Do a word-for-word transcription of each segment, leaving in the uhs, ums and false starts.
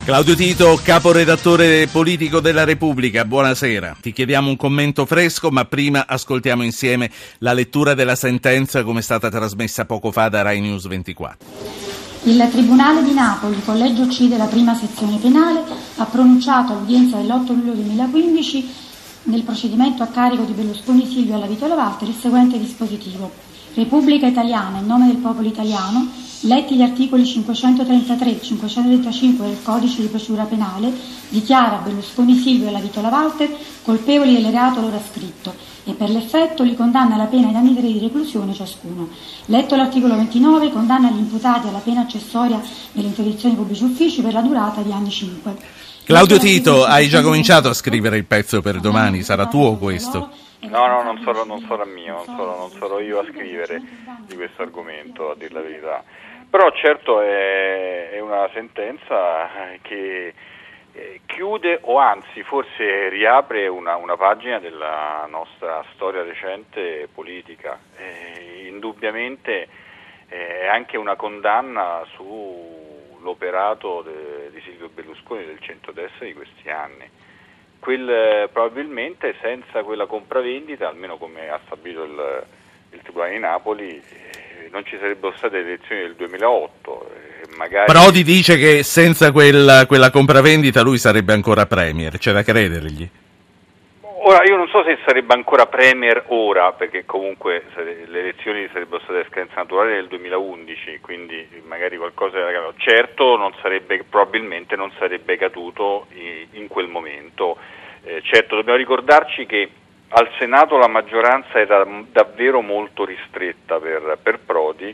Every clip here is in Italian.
Claudio Tito, caporedattore politico della Repubblica, buonasera. Ti chiediamo un commento fresco, ma prima ascoltiamo insieme la lettura della sentenza come è stata trasmessa poco fa da Rai News ventiquattro. Il Tribunale di Napoli, Collegio C della prima sezione penale, ha pronunciato all'udienza dell'otto luglio duemilaquindici nel procedimento a carico di Berlusconi Silvio alla Vitola Walter il seguente dispositivo. Repubblica Italiana, in nome del popolo italiano, letti gli articoli cinquecentotrentatré e cinquecentotrentacinque del Codice di procedura penale, dichiara Berlusconi Silvio e la Vitola Walter colpevoli del reato loro ascritto e per l'effetto li condanna alla pena di anni tre di reclusione ciascuno. Letto l'articolo ventinove, condanna gli imputati alla pena accessoria dell'interdizione di pubblici uffici per la durata di anni cinque. Claudio Tito, hai già cominciato a scrivere il pezzo per domani, sarà tuo questo? No, no, non sarà, non sarà mio, non sarò, non sarò io a scrivere di questo argomento, a dir la verità. Però certo è, è una sentenza che eh, chiude o anzi forse riapre una, una pagina della nostra storia recente politica. Eh, indubbiamente eh, è anche una condanna sull'operato de, di Silvio Berlusconi del centrodestra di questi anni. Quel, probabilmente senza quella compravendita, almeno come ha stabilito il, il Tribunale di Napoli, eh, non ci sarebbero state le elezioni del duemilaotto. Eh, magari... Prodi dice che senza quella, quella compravendita lui sarebbe ancora premier, c'è da credergli. Ora, io non so se sarebbe ancora premier ora, perché comunque sare- le elezioni sarebbero state a scadenza naturale nel duemilaundici, quindi magari qualcosa era caduto. Certo non sarebbe, probabilmente non sarebbe caduto in, in quel momento. Eh, certo dobbiamo ricordarci che al Senato la maggioranza era davvero molto ristretta per, per Prodi,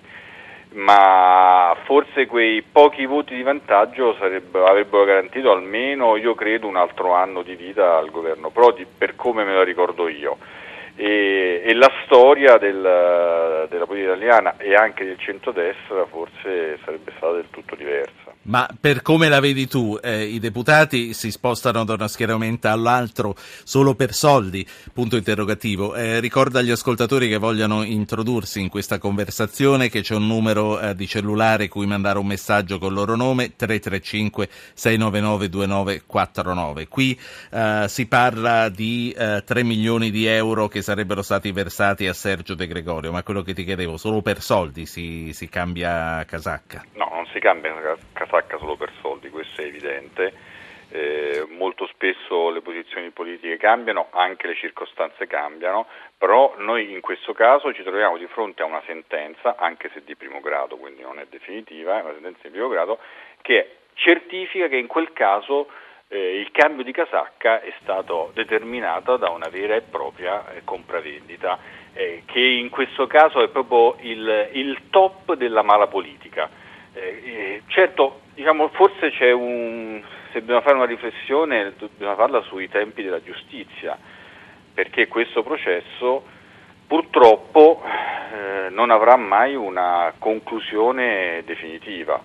ma forse quei pochi voti di vantaggio sarebbero, avrebbero garantito almeno, io credo, un altro anno di vita al governo Prodi, per come me lo ricordo io. E, e la storia del, della politica italiana e anche del centrodestra forse sarebbe stata del tutto diversa. Ma per come la vedi tu, eh, i deputati si spostano da uno schieramento all'altro solo per soldi? Punto interrogativo. Eh, ricorda agli ascoltatori che vogliono introdursi in questa conversazione che c'è un numero eh, di cellulare cui mandare un messaggio con il loro nome, tre tre cinque sei nove nove due nove quattro nove. Qui eh, si parla di eh, tre milioni di euro che sarebbero stati versati a Sergio De Gregorio, ma quello che ti chiedevo, solo per soldi si, si cambia casacca? No, non si cambia casacca solo per soldi, questo è evidente. Eh, molto spesso le posizioni politiche cambiano, anche le circostanze cambiano, però noi in questo caso ci troviamo di fronte a una sentenza, anche se di primo grado, quindi non è definitiva, è una sentenza di primo grado, che certifica che in quel caso eh, il cambio di casacca è stato determinato da una vera e propria eh, compravendita, eh, che in questo caso è proprio il, il top della mala politica. Eh, eh, certo, diciamo, forse c'è un, se dobbiamo fare una riflessione, dobbiamo farla sui tempi della giustizia, perché questo processo purtroppo eh, non avrà mai una conclusione definitiva,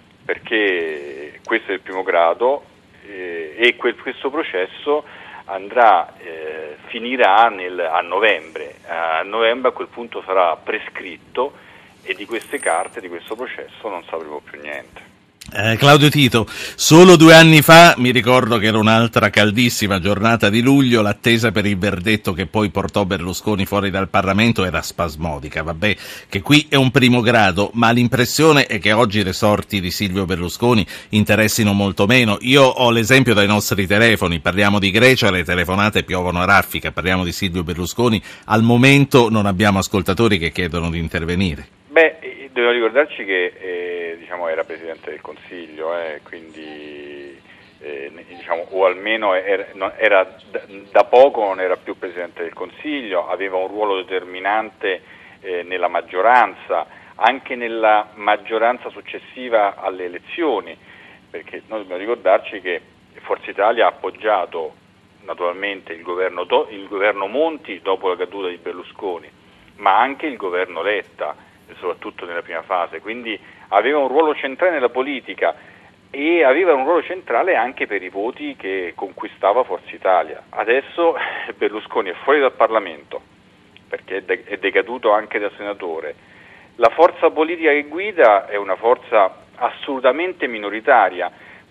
perché questo è il primo grado eh, e quel, questo processo andrà, eh, finirà nel, a novembre, a novembre a quel punto sarà prescritto e di queste carte, di questo processo non sapremo più niente. Eh, Claudio Tito, solo due anni fa mi ricordo che era un'altra caldissima giornata di luglio, l'attesa per il verdetto che poi portò Berlusconi fuori dal Parlamento era spasmodica. Vabbè che qui è un primo grado, ma l'impressione è che oggi le sorti di Silvio Berlusconi interessino molto meno. Io ho l'esempio dai nostri telefoni, parliamo di Grecia, le telefonate piovono a raffica, parliamo di Silvio Berlusconi, al momento non abbiamo ascoltatori che chiedono di intervenire. Beh, dobbiamo ricordarci che eh, diciamo era Presidente del Consiglio, eh, quindi eh, diciamo, o almeno era, era da poco non era più Presidente del Consiglio, aveva un ruolo determinante eh, nella maggioranza, anche nella maggioranza successiva alle elezioni, perché noi dobbiamo ricordarci che Forza Italia ha appoggiato naturalmente il governo, il governo Monti dopo la caduta di Berlusconi, ma anche il governo Letta, soprattutto nella prima fase, quindi aveva un ruolo centrale nella politica e aveva un ruolo centrale anche per i voti che conquistava Forza Italia. Adesso Berlusconi è fuori dal Parlamento perché è, de- è decaduto anche da senatore. La forza politica che guida è una forza assolutamente minoritaria,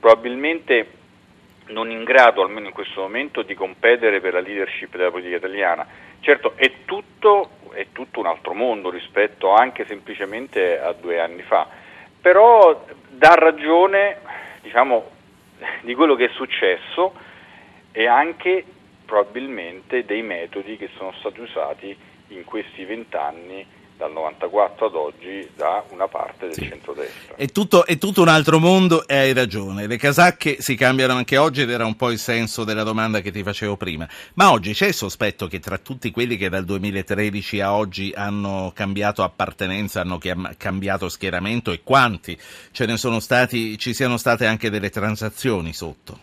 probabilmente non in grado, almeno in questo momento, di competere per la leadership della politica italiana. Certo, è tutto, è tutto un altro mondo rispetto anche semplicemente a due anni fa, però dà ragione, diciamo, di quello che è successo e anche probabilmente dei metodi che sono stati usati in questi vent'anni dal novantaquattro ad oggi da una parte del sì. centrodestra. È tutto, è tutto un altro mondo e hai ragione. Le casacche si cambiano anche oggi ed era un po' il senso della domanda che ti facevo prima. Ma oggi c'è il sospetto che tra tutti quelli che dal duemilatredici a oggi hanno cambiato appartenenza, hanno chiam- cambiato schieramento e quanti ce ne sono stati, ci siano state anche delle transazioni sotto?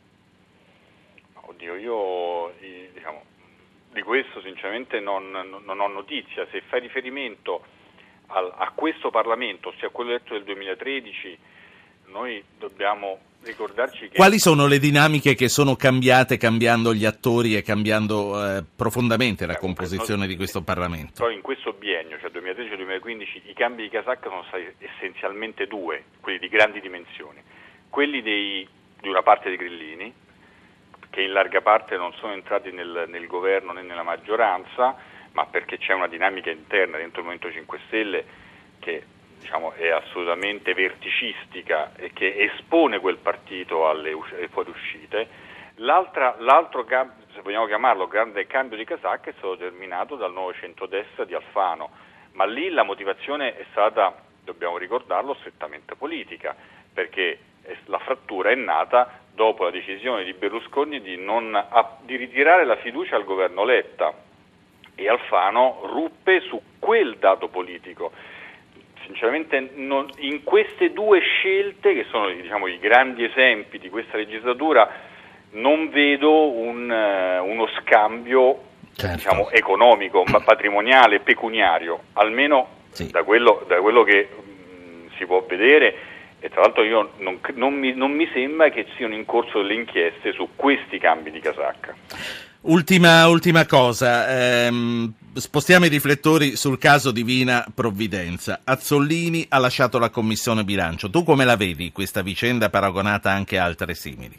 Oddio, io diciamo di questo sinceramente non, non ho notizia. Se fai riferimento al, a questo Parlamento, ossia quello eletto del duemilatredici, noi dobbiamo ricordarci che... Quali sono le dinamiche che sono cambiate cambiando gli attori e cambiando eh, profondamente la composizione di questo Parlamento? Poi in questo biennio, cioè duemilatredici duemilaquindici, i cambi di casacca sono stati essenzialmente due, quelli di grandi dimensioni. Quelli dei, di una parte dei grillini, che in larga parte non sono entrati nel, nel governo né nella maggioranza, ma perché c'è una dinamica interna dentro il Movimento cinque Stelle che diciamo è assolutamente verticistica e che espone quel partito alle, alle fuoriuscite. L'altra, l'altro, se vogliamo chiamarlo, grande cambio di casacca è stato terminato dal nuovo centrodestra di Alfano, ma lì la motivazione è stata, dobbiamo ricordarlo, strettamente politica, perché la frattura è nata dopo la decisione di Berlusconi di, non, di ritirare la fiducia al governo Letta, e Alfano ruppe su quel dato politico. Sinceramente non, in queste due scelte, che sono diciamo, i grandi esempi di questa legislatura, non vedo un, uno scambio certo. diciamo, economico, patrimoniale, pecuniario, almeno sì. da, quello, da quello che mh, si può vedere. E tra l'altro io non, non, mi, non mi sembra che siano in corso delle inchieste su questi cambi di casacca. Ultima, ultima cosa, ehm, spostiamo i riflettori sul caso Divina Provvidenza. Azzolini ha lasciato la Commissione Bilancio. Tu come la vedi questa vicenda paragonata anche a altre simili?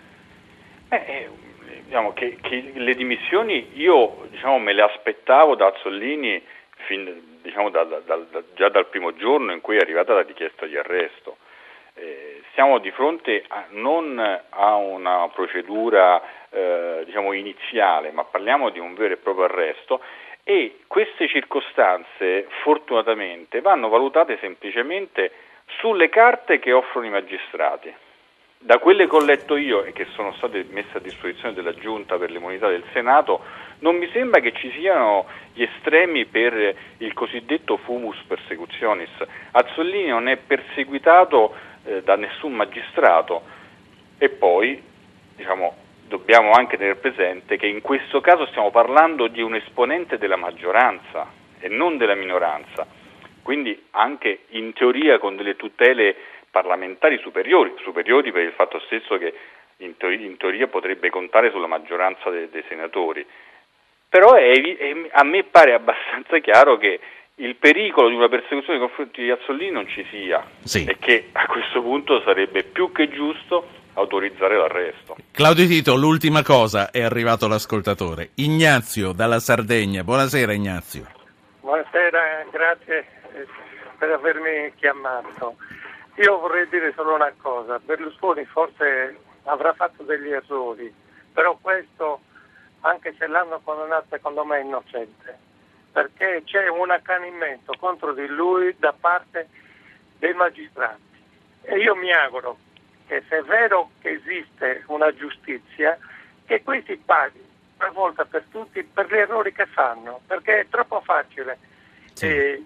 Eh, diciamo che, che le dimissioni io diciamo, me le aspettavo da Azzolini fin, diciamo, da, da, da, già dal primo giorno in cui è arrivata la richiesta di arresto. Eh, siamo di fronte a, non a una procedura eh, diciamo iniziale, ma parliamo di un vero e proprio arresto, e queste circostanze fortunatamente vanno valutate semplicemente sulle carte che offrono i magistrati. Da quelle che ho letto io e che sono state messe a disposizione della Giunta per l'immunità del Senato, non mi sembra che ci siano gli estremi per il cosiddetto fumus persecutionis. Azzolini non è perseguitato eh, da nessun magistrato, e poi diciamo, dobbiamo anche tenere presente che in questo caso stiamo parlando di un esponente della maggioranza e non della minoranza, quindi anche in teoria con delle tutele parlamentari superiori, superiori per il fatto stesso che in teoria, in teoria potrebbe contare sulla maggioranza dei, dei senatori. Però è, è, a me pare abbastanza chiaro che il pericolo di una persecuzione nei confronti di Azzolini non ci sia sì. e che a questo punto sarebbe più che giusto autorizzare l'arresto. Claudio Tito, l'ultima cosa, è arrivato l'ascoltatore. Ignazio dalla Sardegna. Buonasera Ignazio. Buonasera, grazie per avermi chiamato. Io vorrei dire solo una cosa, Berlusconi forse avrà fatto degli errori, però questo, anche se l'hanno condannato, secondo me è innocente, perché c'è un accanimento contro di lui da parte dei magistrati, e io mi auguro che, se è vero che esiste una giustizia, che questi paghi una volta per tutti per gli errori che fanno, perché è troppo facile sì. eh,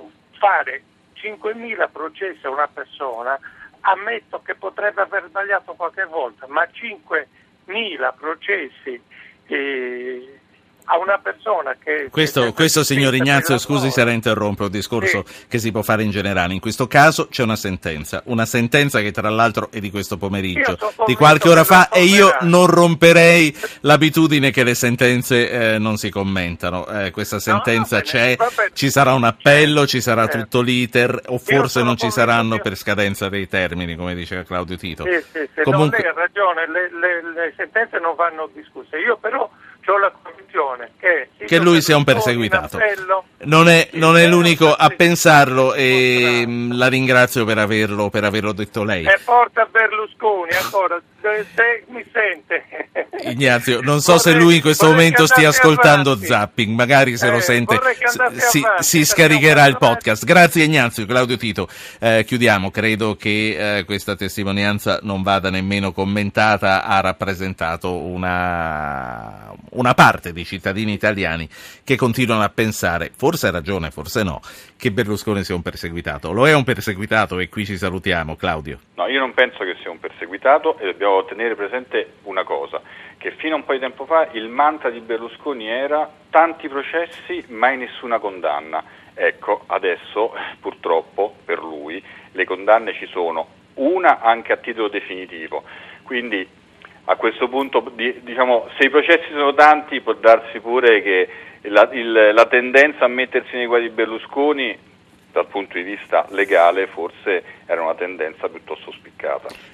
fare cinquemila processi a una persona. Ammetto che potrebbe aver sbagliato qualche volta, ma cinquemila processi eh, a una persona che... Questo, che questo signor Ignazio, scusi se la interrompo, è un discorso sì. che si può fare in generale. In questo caso c'è una sentenza, una sentenza che tra l'altro è di questo pomeriggio, di qualche ora fa, e io non romperei l'abitudine che le sentenze eh, non si commentano. Eh, questa sentenza no, no, c'è, vabbè, ci sarà un appello, ci sarà certo. tutto l'iter, o forse non ci saranno io... per scadenza dei termini, come diceva Claudio Tito. Sì, sì, sì. Comunque... No, lei ha ragione, le, le, le sentenze non vanno discusse. Io però ho la convinzione che, che lui sia un perseguitato. Appello, non è, non è l'unico a pensarlo, e la ringrazio per averlo, per averlo detto lei. E porta Berlusconi ancora, se mi sente. Ignazio, non so vorrei, se lui in questo momento stia ascoltando avanti. Zapping, magari se eh, lo sente si, avanti, si scaricherà il podcast. Grazie Ignazio. Claudio Tito, eh, chiudiamo, credo che eh, questa testimonianza non vada nemmeno commentata, ha rappresentato una, una parte dei cittadini italiani che continuano a pensare, forse ha ragione, forse no, che Berlusconi sia un perseguitato. Lo è un perseguitato e qui ci salutiamo. Claudio. No, io non penso che sia un perseguitato, e dobbiamo tenere presente una cosa, che fino a un po' di tempo fa il mantra di Berlusconi era tanti processi mai nessuna condanna. Ecco, adesso purtroppo per lui le condanne ci sono, una anche a titolo definitivo, quindi a questo punto diciamo se i processi sono tanti può darsi pure che la, il, la tendenza a mettersi nei guai di Berlusconi dal punto di vista legale forse era una tendenza piuttosto spiccata.